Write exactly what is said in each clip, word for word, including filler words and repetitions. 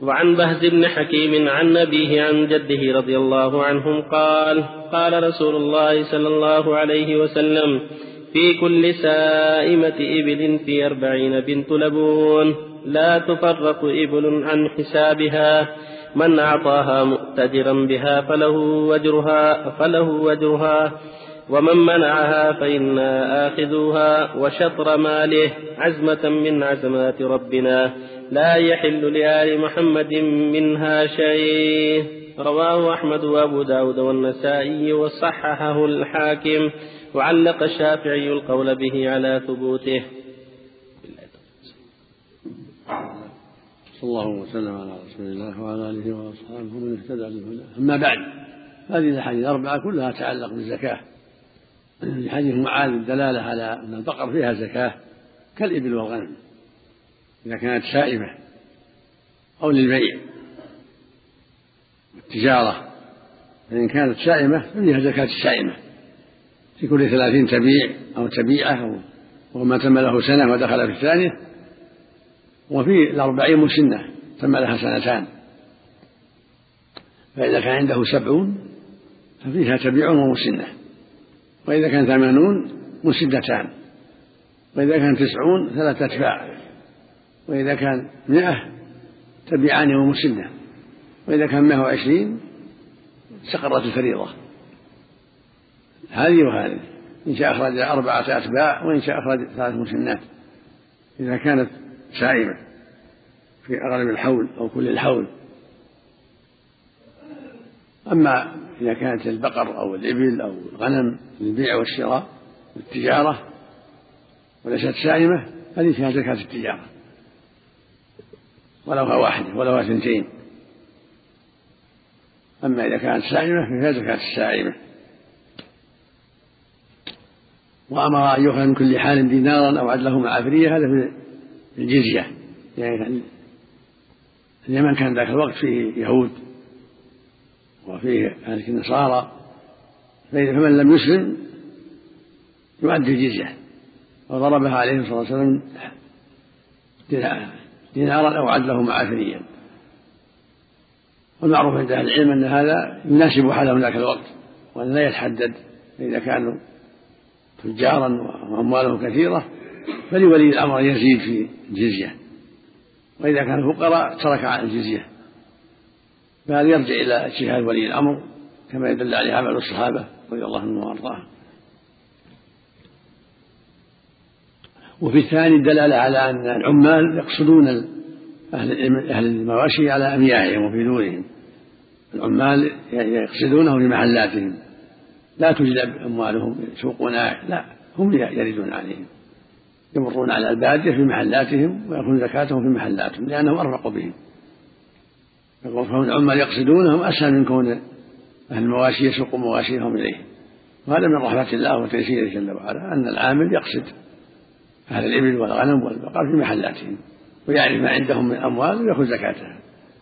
وعن بهز بن حكيم عن أبيه عن جده رضي الله عنهم قال قال رسول الله صلى الله عليه وسلم في كل سائمة إبل في أربعين بنت لبون لا تفرق إبل عن حسابها من أعطاها مؤتجرا بها فله وجرها, فله وجرها ومن منعها فإنا آخذوها وشطر ماله عزمة من عزمات ربنا لا يحل لآل محمد منها شيء. رواه أحمد وأبو داود والنسائي وصححه الحاكم وعلق الشافعي القول به على ثبوته. صلى الله وسلم على رسول الله وعلى آله وأصحابه ومن اهتدى بهداه. أما بعد، هذه الأحاديث الأربعة كلها تتعلق بالزكاة. في حديث معاذ الدلالة على أن البقر فيها زكاة كالإبل والغنم إذا كانت سائمة أو للبيع والتجارة، فإن كانت سائمة ففيها زكاة السائمة في كل ثلاثين تبيع أو تبيعة وما تم له سنة ودخل في الثانية، وفي الأربعين مسنة تم لها سنتان، فإذا كان عنده سبعون ففيها تبيع ومسنة، وإذا كان ثمانون مسدتان، وإذا كان تسعون ثلاثة أتباع، وإذا كان مئة تبيعان ومسنة، وإذا كان مئة وعشرين استقرت الفريضة. هذه وهذه، إن شاء أخرج أربعة أتباع وإن شاء أخرج ثلاث مسنات إذا كانت سائمة في أغلب الحول أو كل الحول. أما إذا كانت البقر أو الإبل أو الغنم للبيع والشراء والتجارة وليست سائمة هذه فيها زكاة التجارة ولوها واحدة ولوها اثنتين. أما إذا كانت سائمة فيها زكاة السائمة. وأمر أن يؤخذ من كل حال دينارا أو عدله مع عفرية، هذا في الجزية، يعني اليمن كان ذاك الوقت فيه يهود وفيه هذه النصارى، فمن لم يسلم يؤدي الجزية، وضربها عليه الصلاة والسلام دينارا أو عدله مع عفريا. والمعروف عند أهل العلم أن هذا يناسب حالهم ذاك الوقت، وأن لا يتحدد، فإذا كانوا تجارا وأموالهم كثيرة فلولي الأمر يزيد في الجزية، وإذا كانوا فقراء ترك عن الجزية، فهذا يرجع إلى اجتهاد ولي الأمر كما يدل عليه عمل الصحابة رضي الله عنهم وأرضاهم. وفي الثاني الدلالة على أن العمال يقصدون أهل المواشي على أمياعهم وفي دورهم، العمال يقصدونه في محلاتهم، لا تجلب أموالهم يسوقون، لا، هم يردون عليهم، يمرون على البادية في محلاتهم ويأخذون زكاتهم في محلاتهم لأنهم أرفق بهم. فهم العمال يقصدونهم أسهل من كون أهل المواشي يسوقوا مواشيهم إليه. وهذا من رحمة الله وتيسيره جل وعلا أن العامل يقصد أهل الإبل والغنم والبقر في محلاتهم ويعرف ما عندهم من أموال ويأخذ زكاتها.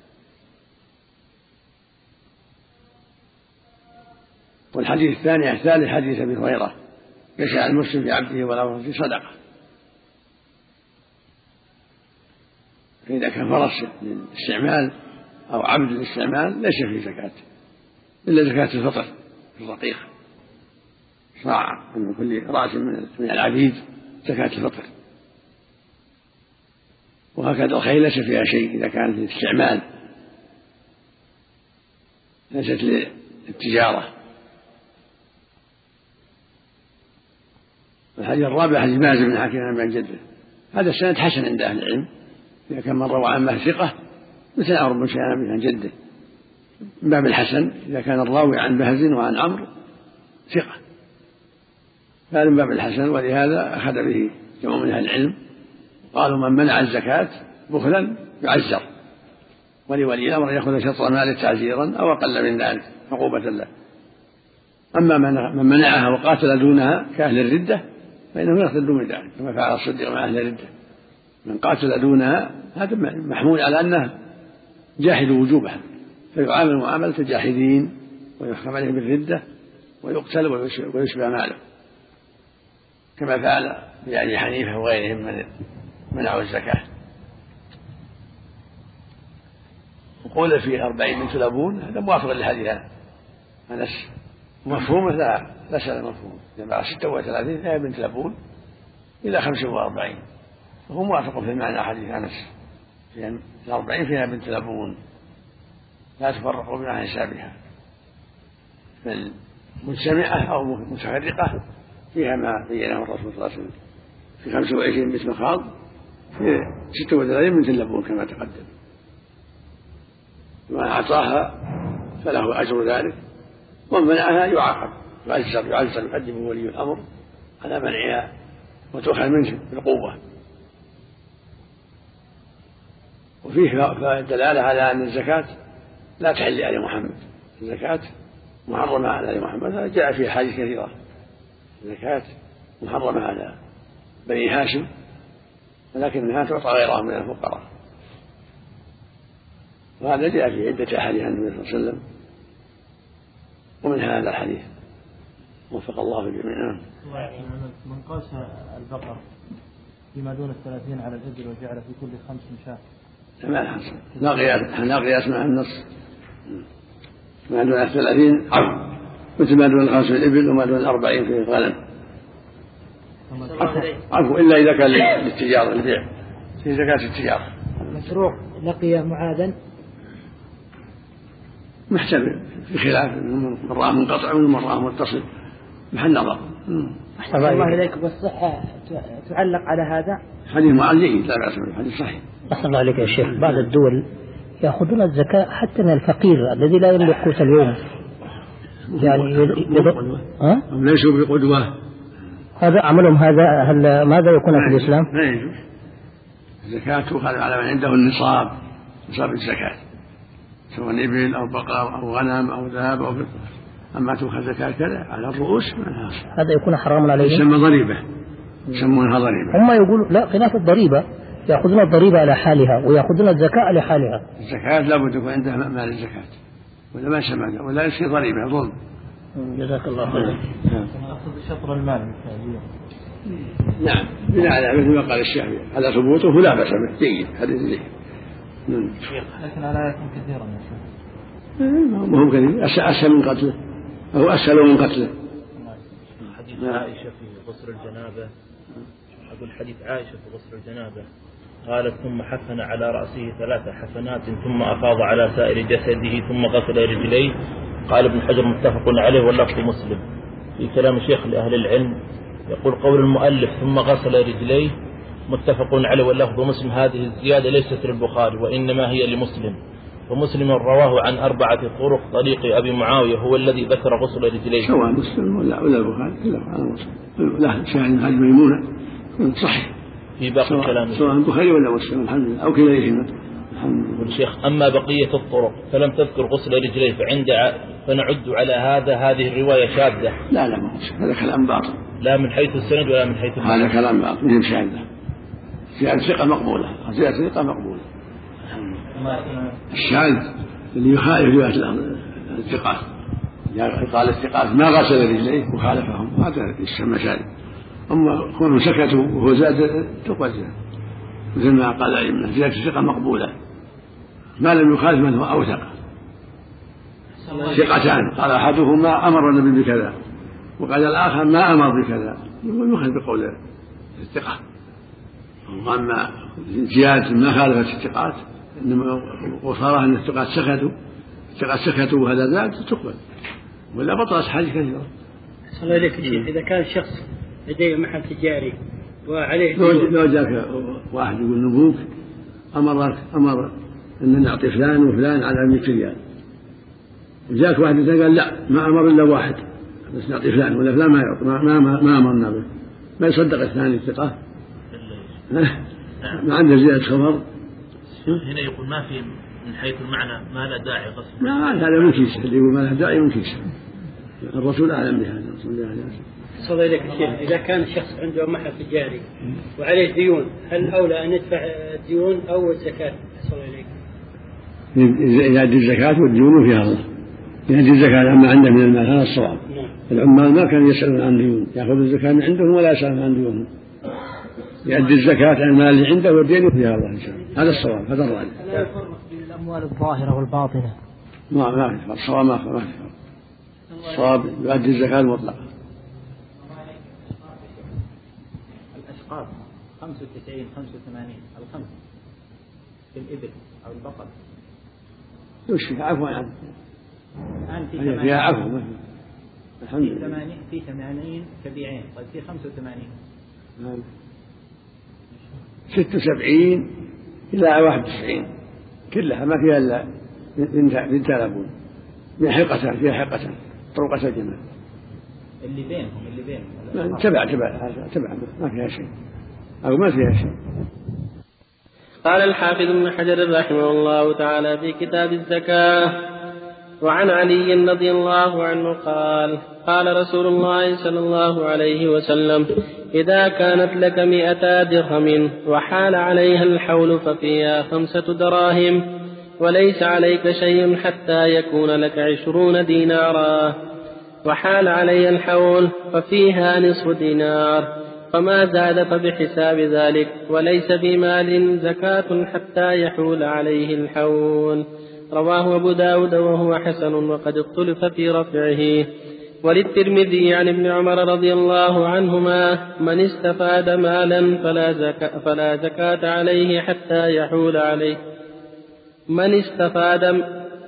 والحديث الثاني الثالث حديث أبي هريرة: ليس على المسلم في عبده ولا فرسه صدقة. فإذا كان فرس للاستعمال أو عبد للاستعمال ليس فيه زكاة إلا زكاة الفطر في الرقيق، صاع من كل رأس من العبيد زكاة الفطر. وهكذا الخيل ليس فيها شيء إذا كانت للاستعمال، ليست للتجارة. الحديث الرابع حديث بهز بن حكيم عن جده، هذا السند حسن عند أهل العلم إذا كان من روى عنه ثقة مثل عمرو بن شهاب عن جده، من باب الحسن إذا كان الراوي عن بهز وعن عمرو ثقة، هذا من باب الحسن. ولهذا أخذ به جمع من أهل العلم، قالوا من منع الزكاة بخلا يعزر، ولولي الأمر يأخذ شطر ماله تعزيرا أو أقل من ذلك عقوبة له. أما من منعها وقاتل دونها كأهل الردة فإنه يأخذ دون ذلك كما فعل الصديق مع أهل الردة، من قاتل دونها هذا محمول على أنه جاحد وجوبها، فيعامل معاملة الجاحدين ويحكم عليه بالردة ويقتل ويشبع ماله كما فعل بأبي حنيفة وغيرهم من منعوا الزكاة. وقول في أربعين بنت لبون هذا موافق لحديث أنس، مفهومه لا ليس مفهوم، جمع ستة وثلاثين فيها بنت لبون إلى خمسة وأربعين، وهو موافق في معنى حديث أنس في الأربعين فيها بنت لبون لا تفرق بين حسابها، بل مجتمعة أو متفرقة فيها ما بينه الرسول صلى الله عليه وسلم في خمسة وعشرين بنت مخاض، في ستة وثلاثين بنت لبون كما تقدم، ومن أعطاها فله أجر ذلك، ومن منعها يعاقب يعزر يعزر يقدم ولي الأمر على منعها وتؤخذ منه بالقوة. وفيه دلالة على أن الزكاة لا تحل لآل محمد، الزكاة محرمة على آل محمد، هذا جاء في حديث كثيرة، الزكاة محرمة على بني هاشم ولكنها تعطى غيرهم من الفقراء، وهذا جاء في عدة أحاديث عن النبي صلى الله عليه وسلم، ومن هذا الحديث وفق الله جميعا. من قاس البقر فيما دون الثلاثين على الإبل وجعل في كل خمس شاة ما الحصل لا قياس لا قياس مع النص، ما دون الثلاثين عفو مثل ما دون الخمس في الإبل وما دون الأربعين في الغنم، عفو إلا إذا كان للتجارة البيع في زكاة التجارة. مسروق لقي معاذا محتمل في خلاف، من رآه منقطع ومن رآه متصل محل نظر. أحسن الله إليك، والصحة تعلق على هذا حديث معاذ جيد لا بأس به، حديث صحيح. أحسن الله عليك يا شيخ، بعض الدول يأخذون الزكاة حتى من الفقير الذي لا يملك قوت اليوم، يعني يض... ها؟ ليسوا بقدوة، هذا عملهم هذا، هل ماذا يكون في الإسلام؟ لا يجوز، الزكاة تؤخذ على من عنده النصاب، نصاب الزكاة سواء إبل أو بقر أو غنم أو ذهب أو فضة، أما تؤخذ زكاة كذا على الرؤوس هذا يكون حراما عليهم، يسمى ضريبة، يسمونها ضريبة. هم يقولوا لا، خلاف الضريبة، يأخذون الضريبة على حالها ويأخذون الزكاة على حالها. الزكاة لابد يكون عندها مال الزكاة ولا ما يسمى ولا يصير ضريبة ظلم. جزاك الله خيرا. أخذ شطر المال. نعم بناء على مثل ما قال الشافعي على ثبوته فلا بأس به، جيد حديث جيد. لكن على آية كثيرة يا شيخ. مهم كثير، أسهل من قتله أو أسهل من قتله. حديث عائشة في غسل الجنابة، أقول حديث عائشة في غسل الجنابة قالت ثم حفن على رأسه ثلاث حفنات ثم أفاض على سائر جسده ثم غسل رجليه. قال ابن حجر متفق عليه واللفظ مسلم. في كلام الشيخ لأهل العلم يقول قول المؤلف ثم غسل رجليه متفق عليه واللفظ مسلم، هذه الزيادة ليست للبخاري وإنما هي لمسلم، ومسلم رواه عن أربعة طرق طريق أبي معاوية هو الذي ذكر غسل رجليه. سواء مسلم ولا ولا البخاري كله على مسلم، لا شاهد حديث ميمونة صحيح في باقي الكلام سواء البخاري ولا مسلم الحمد لله أو كليهما الحمد لله. والشيخ أما بقية الطرق فلم تذكر غسل رجليه فعند ع... فنعد على هذا هذه الرواية شاذة. لا لا ما هذا كلام باطل، لا من حيث السند ولا من حيث هذا كلام باطل، مهم شاذة، زيادة ثقة مقبولة، زيادة ثقة مقبولة. الشاذ اللي يخالف رواية الثقات، قال الثقات ما غسل رجليه وخالفهم هذا يسمى شاذ، أما كونوا سكتوا وهو زاد تقوى مثل ما قال الأئمة زيادة الثقة مقبولة ما لم يخالف من هو أوثق. ثقتان قال أحدهما أمر النبي بكذا وقال الآخر ما أمر بكذا، يقول يخالف بقول الثقة. وأما زيادة ما خالفت الثقات إنما وصارها أن الثقات سكتوا الثقات سكتوا وهذا زاد تقبل، ولا بطلت حاجة كثيرة. صلى الله عليك شيخ، إذا كان شخص لديه محل تجاري وعليه لو جاك واحد يقول نبوك أمرك أمر أن نعطي فلان وفلان على مئة ريال، وجاك واحد قال لا ما أمر إلا واحد بس نعطي فلان ولا فلان ما يعطي ما, ما, ما أمرنا به، ما يصدق الثاني الثقة ما عنده زيادة خبر. هنا يقول ما في من حيث المعنى ما لا داعي غسل. لا هذا منكيس، اللي يقول ما لا داعي منكيس، الرسول أعلم بهذا صلى الله عليه وسلم. صلى الله عليك الشيخ، إذا كان الشخص عنده محل تجاري وعليه ديون هل أولى أن يدفع الديون أو الزكاة؟ صلى الله عليك. إذا أدى الزكاة والديون فيها الله، إذا أدى الزكاة عما عنده من المال هذا الصواب. العمال ما كانوا يسألون عن ديون، يأخذوا الزكاة من عندهم ولا يسألون عن ديونهم، يؤدي الزكاة عن المال اللي عنده والدين فيها الله إن شاء الله، هذا الصواب هذا الراجح. لا يفرق بين الأموال الأموال الظاهرة والباطنة ما ما في الصواب ما ما في الصواب يؤدي الزكاة المطلقة. الأشقاط خمسة وتسعين خمسة وثمانين الخمس في الإبل أو البقر يشفي عفوا عنه الآن في ثمانين فيها عفو الحمد لله في ثمانين كبيعين طيب في خمسة وثمانين ست وسبعين إلى واحد وتسعين كلها ما فيها إلا بنت لبون فيها حقتان فيها حقتان طرقة الجمال اللي بينهم اللي بينهم تبع تبع تبع ما فيها شيء أو ما فيها شيء. قال الحافظ ابن حجر رحمه الله تعالى في كتاب الزكاة: وعن علي رضي الله عنه قال: قال رسول الله صلى الله عليه وسلم: إذا كانت لك مئتا درهم وحال عليها الحول ففيها خمسة دراهم وليس عليك شيء حتى يكون لك عشرون دينارا، وحال عليها الحول ففيها نصف دينار، فما زاد فبحساب ذلك، وليس في مال زكاة حتى يحول عليه الحول. رواه أبو داود وهو حسن وقد اختلف في رفعه. وللترمذي عن ابن عمر رضي الله عنهما: من استفاد مالا فلا زكاة, فلا زكاة عليه حتى يحول عليه. من استفاد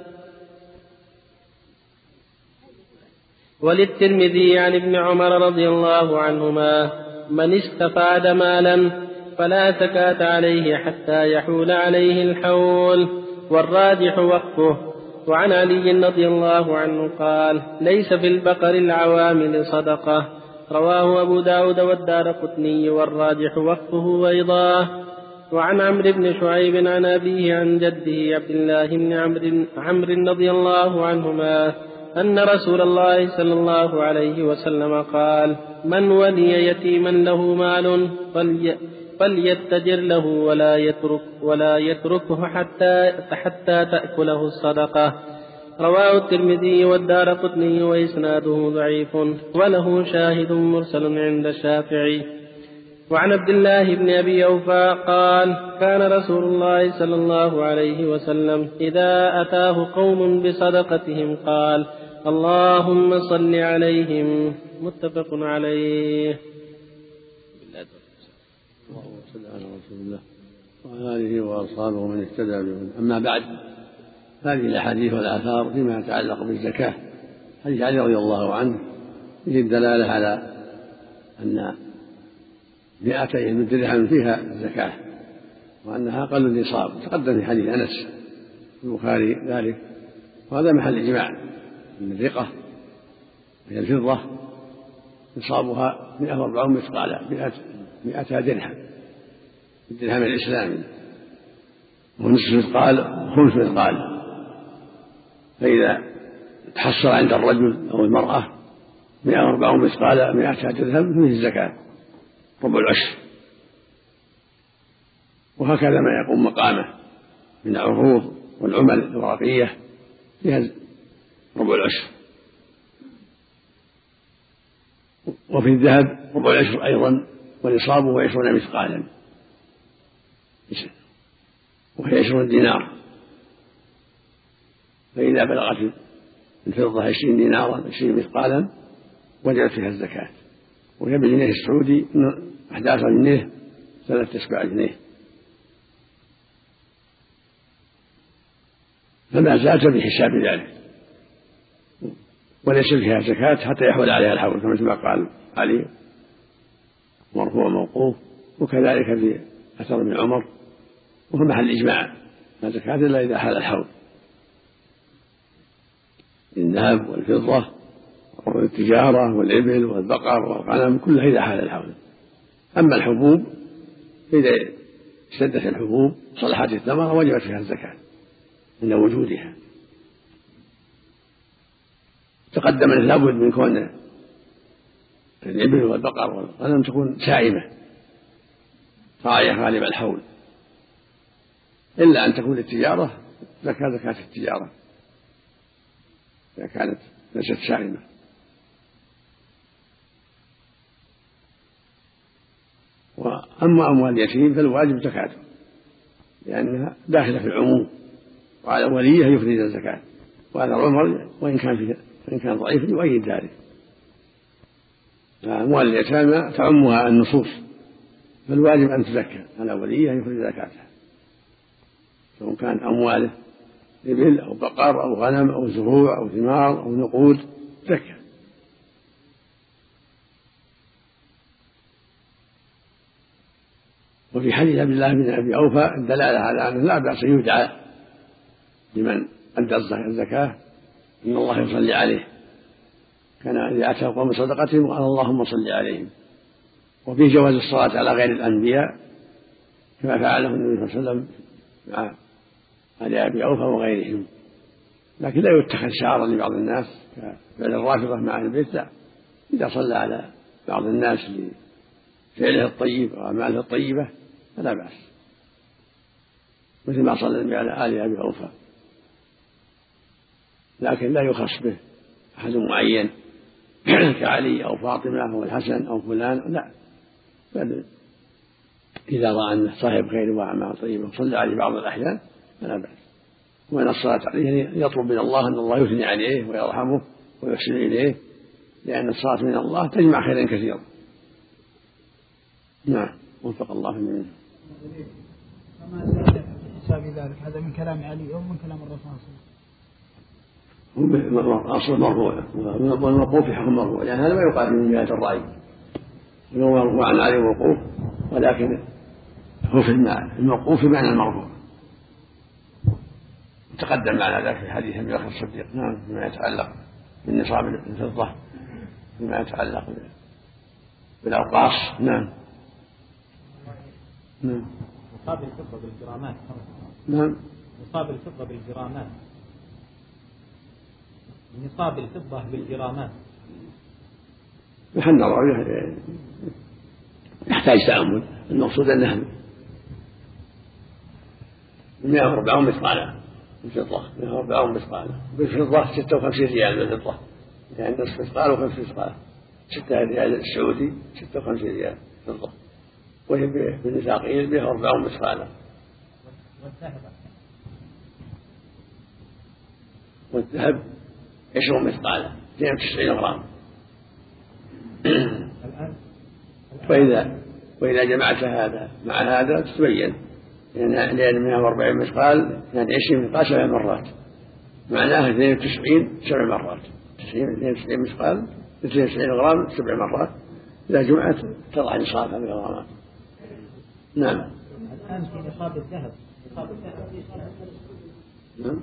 وللترمذي عن ابن عمر رضي الله عنهما: من استفاد مالا فلا زكاة عليه حتى يحول عليه الحول، والراجح وقفه. وعن علي رضي الله عنه قال: ليس في البقر العوامل صدقة. رواه أبو داود والدارقطني، والراجح وقفه وإيضاه. وعن عمرو بن شعيب عن أبيه عن جده عبد الله بن عمرو رضي الله عنهما أن رسول الله صلى الله عليه وسلم قال: من ولي يتيما له مال فليتجر له ولا يترك ولا يتركه حتى حتى تأكله الصدقة. رواه الترمذي والدارقطني وإسناده ضعيف، وله شاهد مرسل عند الشافعي. وعن عبد الله بن أبي أوفى قال: كان رسول الله صلى الله عليه وسلم إذا أتاه قوم بصدقتهم قال: اللهم صل عليهم. متفق عليه. اللهم صل على رسول الله وعلى آله وأصحابه ومن اهتدى بهم. أما بعد، هذه الأحاديث والآثار فيما يتعلق بالزكاة. حديث علي رضي الله عنه فيه الدلالة على أن مئتي من درهم فيها الزكاة، وأنها أقل النصاب. تقدم في حديث أنس في البخاري ذلك، وهذا محل إجماع من الرقة هي الفضة نصابها مئة وأربعون مثقالا، مئة درهم الدرهم الإسلامي، ونصف مثقال خمس مثقال. فإذا تحصل عند الرجل أو المرأة مئة وأربعون مثقالا مئة درهم فيه الزكاة ربع العشر. وهكذا ما يقوم مقامه من العروض والعمل الورقية فيها ربع العشر. وفي الذهب ربع العشر أيضا، ونصابه عشرون مثقالا وهي عشرون دينار. فإذا بلغت الفضة عشرين دينارا عشرين مثقالا وجبت فيها الزكاة. وهي بالجنيه السعودي أحد عشر جنيه ثلاثة أسباع جنيه. فما زاد بحساب ذلك، وليس فيها زكاة حتى يحول عليها الحول، كما قال علي مرفوع موقوف، وكذلك في أثر ابن عمر. وهو محل إجماع لا زكاة إلا إذا حال الحول. الذهب والفضة والتجارة والإبل والبقر والغنم كلها إذا حال الحول. أما الحبوب إذا اشتدت الحبوب صلحت الثمرة وجبت فيها الزكاة عند وجودها. تقدم أنه لابد من كون الإبل والبقر والغنم تكون سائمة راعية غالب الحول، إلا أن تكون التجارة زكاة زكاة التجارة إذا كانت ليست سائمة. وأما أموال اليتيم فالواجب زكاته، لأنها داخلة في العموم، وعلى وليه يخرج الزكاة، وهذا عمر وإن كان فيه وإن كان ضعيف يؤيد ذلك. فأموال اليتامى تعمها النصوص، فالواجب أن تزكى على وليه يخرج زكاتها، سواء كان أمواله إبل أو بقر أو غنم أو زروع أو ثمار أو نقود زكى. وفي حديث عبد الله بن أبي أوفى الدلالة على أنه لا بأس يدعى لمن أدى الزكاة إن الله يصلي عليه، كان إذا أتى قوم صدقتهم قال اللهم صل عليهم. وفي جواز الصلاة على غير الأنبياء كما فعله النبي صلى الله عليه وسلم مع علي أبي أوفى وغيرهم، لكن لا يتخذ شعارا لبعض الناس كفعل الرافضة مع أهل البيت، لا، إذا صلى على بعض الناس لفعله الطيب وأعماله الطيبة فلا بأس، مثل ما صلى النبي على آل أبي أوفى، لكن لا يخص به أحد معين كعلي أو فاطمة أو الحسن أو فلان، لا، بل إذا رأى أنه صاحب خير وأعمال طيبة وصلى عليه بعض الأحيان فلا بأس. وأن الصلاة عليه يطلب من الله أن الله يثني عليه ويرحمه ويحسن إليه، لأن الصلاة من الله تجمع خيرا كثيرا. نعم، وفق الله منه. كما سأل في حساب ذلك، هذا من كلام علي أو من كلام الرسول صلى الله عليه وسلم؟ أصل مرفوع والموقوف في حكم مرفوع، يعني هذا ما يقال من جهة الرأي، هو مرفوع عن علي موقوف، ولكن هو في المعنى الموقوف في معنى المرفوع. تقدم معنا ذلك في حديث أبي بكر الصديق. نعم، فيما يتعلق بالنصاب الفضة، فيما يتعلق بالأوقاص. نعم. نعم. نصاب الفضة بالجرامات. نعم. نصاب الفضة بالجرامات. نصاب الفضة بالجرامات. محل رأيه يحتاج تأمل، المقصود أنها مئة وأربعون مثقالا بالفضة، مئة وأربعون مثقالا بالفضة، ستة وخمسين ريال بالفضة، يعني نصف مثقال وخمس مثقال، ستة ريال السعودي ستة وخمسين ريال فضة، وهي بالنساقين مئة وأربعون مثقالا. والذهب عشرون مثقالا اثنين وتسعين غرام. وإذا وإذا جمعت هذا مع هذا تتبين لأن مئة وأربعين مثقال يعني عشرين مثقال سبع مرات، معناها اثنين وتسعين سبع مرات، اثنين وتسعين مثقال اثنين وتسعين غرام سبع مرات، إذا جمعت تضع نصابها من الغرامات. نعم. الآن في نصاب الذهب، نصاب الذهب نعم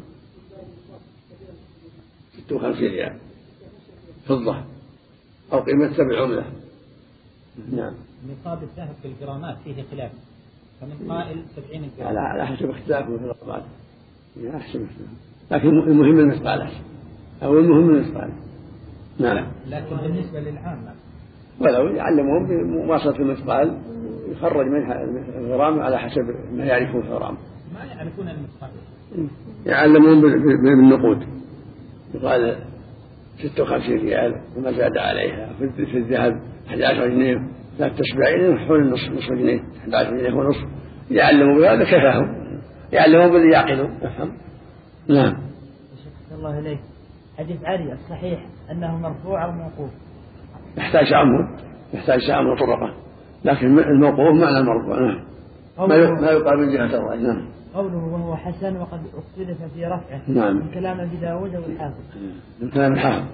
ستة وخمسين ريال فضة أو قيمة سبع عملة. نعم. نصاب الذهب بالجرامات فيه خلاف، فمن قائل سبعين جرام على حسب اختلافه في الأقوال، على حسب اختلاف، لكن المهم المثقال أو المهم المثقال. نعم. لكن بالنسبة للعامة ولو يعلمهم بمواصلة المثقال يخرج منها الغرام على حسب ما يعرفون في الغرام، ما يعرفون المثقال، يعلمون بالنقود، يقال ستة وخمسين ريال وما زاد عليها، في الذهب أحد عشر جنيه، ثلاثة أسباعين حول النصف، نصف جنيه، أحد عشر جنيه ونصف، يعلموا بهذا كفاهم، يعلموا باللي يعقلوا. نفهم. نعم. شكرا الله إليك. حديث علي الصحيح أنه مرفوع أو موقوف؟ يحتاج تأمل، يحتاج تأمل طرقه، لكن الموقوف معنى المرفوع. نعم. ما يقال من جهة الرأي. نعم. قوله وهو حسن وقد اختلف في رفعه. نعم. من كلام أبي داود والحافظ. من كلام الحافظ.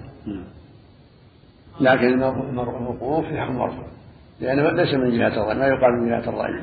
لكن الموقوف يحكم مرفوع، لأنه ليس من جهة الرأي، ما يقال من جهة الرأي.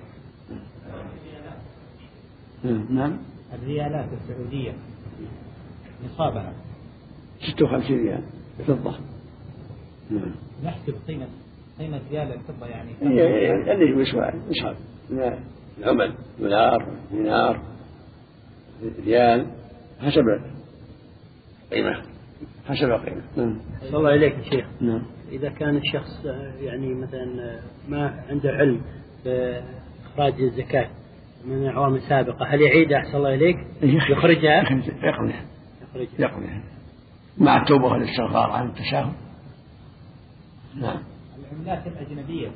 نعم. الريالات السعودية نصابها ستة وخمسين ريال فضة. نعم. نحسب قيمة قيمة ريال الفضة يعني اللي هو يسوى نصاب العمل، دولار، دينار، ريال، حسب قيمة، حسب قيمة. نعم. صلى الله عليك يا شيخ. نعم. إذا كان الشخص يعني مثلا ما عنده علم بإخراج الزكاة من أعوام سابقة، هل يعيدها أحسن الله إليك؟ يخرجها؟ يقضيها. يقضيها مع التوبة والاستغفار عن التساهل. نعم. العملات الأجنبية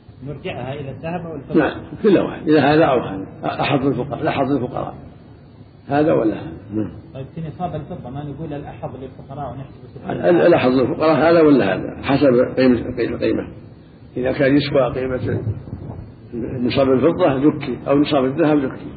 نرجعها إلى الذهب والفضة. نعم، كل واحد إذا هذا أو هذا، أحد الفقراء لا حظ الفقراء. هذا ولا هذا. طيب في نصاب الفضة ما نقول الأحظ للفقراء ونحسب الأحظ للفقراء هذا ولا هذا حسب قيمة القيمة. إذا كان يسوى قيمة نصاب الفضة زكي أو نصاب الذهب زكي.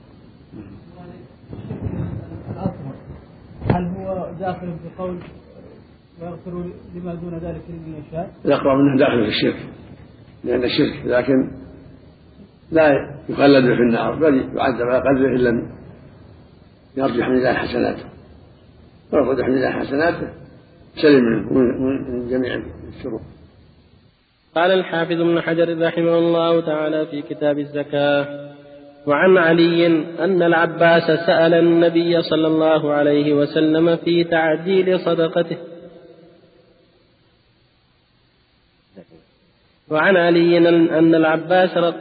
هل هو داخل في قول ويغفر لما دون ذلك لمن يشاء؟ الأقرب منه داخل في الشرك، لأن الشرك لكن لا يقلد في النار بل يعذب على قدره إن لم يرجح من الله حسناته، ويرجح من الله حسناته سلم من جميع الشرور. قال الحافظ ابن حجر رحمه الله تعالى في كتاب الزكاة: وعن علي أن العباس سأل النبي صلى الله عليه وسلم في تعجيل صدقته. وعن علي أن العباس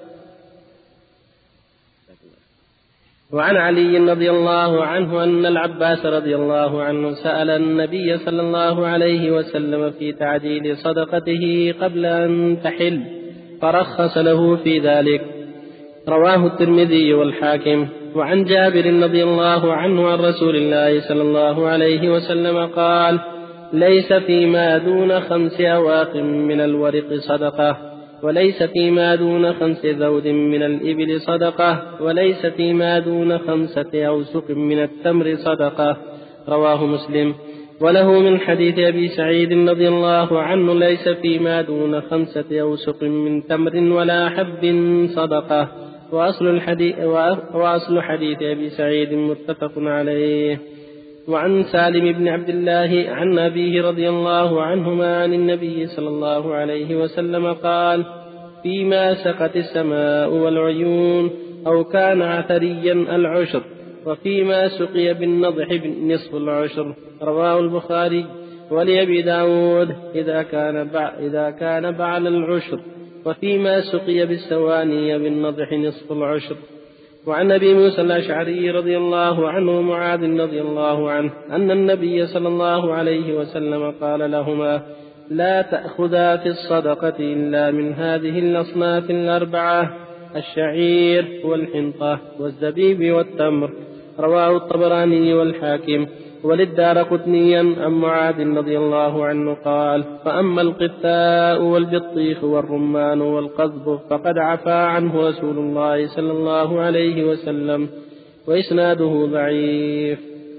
وعن علي رضي الله عنه أن العباس رضي الله عنه سأل النبي صلى الله عليه وسلم في تعجيل صدقته قبل أن تحل فرخص له في ذلك. رواه الترمذي والحاكم. وعن جابر رضي الله عنه عن رسول الله صلى الله عليه وسلم قال: ليس فيما دون خمس أواق من الورق صدقة، وليس فيما دون خمس ذود من الإبل صدقة، وليس فيما دون خمسة أوسق من التمر صدقة. رواه مسلم. وله من حديث أبي سعيد رضي الله عنه: ليس فيما دون خمسة أوسق من تمر ولا حب صدقة. وأصل الحديث, وأصل حديث أبي سعيد متفق عليه. وعن سالم بن عبد الله عن أبيه رضي الله عنهما عن النبي صلى الله عليه وسلم قال: فيما سقت السماء والعيون أو كان عثريا العشر، وفيما سقي بالنضح نصف العشر. رواه البخاري. ولأبي داود: إذا كان إذا كان بعل العشر، وفيما سقي بالسواني بالنضح نصف العشر. وعن أبي موسى الأشعري رضي الله عنه معاذ رضي الله عنه أن النبي صلى الله عليه وسلم قال لهما: لا تأخذا في الصدقة إلا من هذه الأصناف الأربعة: الشعير والحنطة والزبيب والتمر. رواه الطبراني والحاكم. وللدارقطني عن معاذ رضي الله عنه قال: فأما القثاء والبطيخ والرمان والقضب فقد عفا عنه رسول الله صلى الله عليه وسلم. وإسناده ضعيف.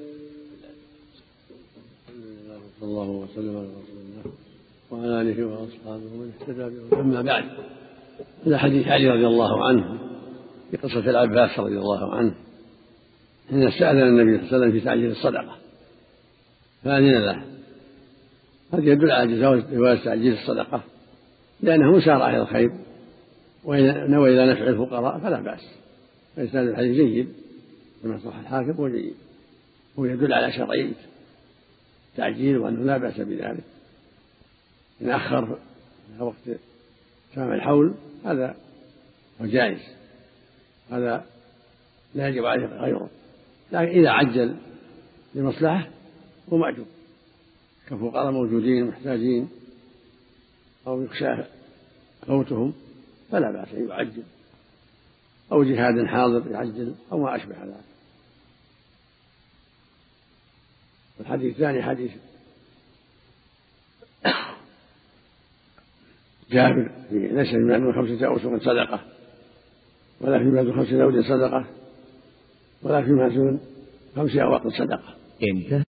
صلى الله وسلم على رسول الله وعلى آله وأصحابه ومن اهتدى به. أما بعد، هذا حديث علي رضي الله عنه في قصة العباس رضي الله عنه حين سأل النبي صلى الله عليه وسلم في تعجيل الصدقة فأذن له. هذا يدل على جواز تعجيل الصدقة لأنه مسارع إلى الخير ونوى إلى نفع الفقراء فلا بأس. فإسناد الحديث جيد كما صح الحاكم وجيد، هو يدل على شرعية تعجيل وأنه لا بأس بذلك. إن أخر وقت تمام الحول هذا هو جائز، هذا لا يجب عليه غيره. لكن إذا عجل لمصلحة هو مأجور كفقراء موجودين محتاجين أو يخشى فوتهم فلا بأس أن يعجل، أو جهاد حاضر يعجل أو ما أشبه ذلك. الحديث الثاني حديث جابر: ليس فيما دون خمسة أوسق صدقة، ولا فيما دون خمس ذود صدقة، ولا فيما دون خمس أواق صدقة.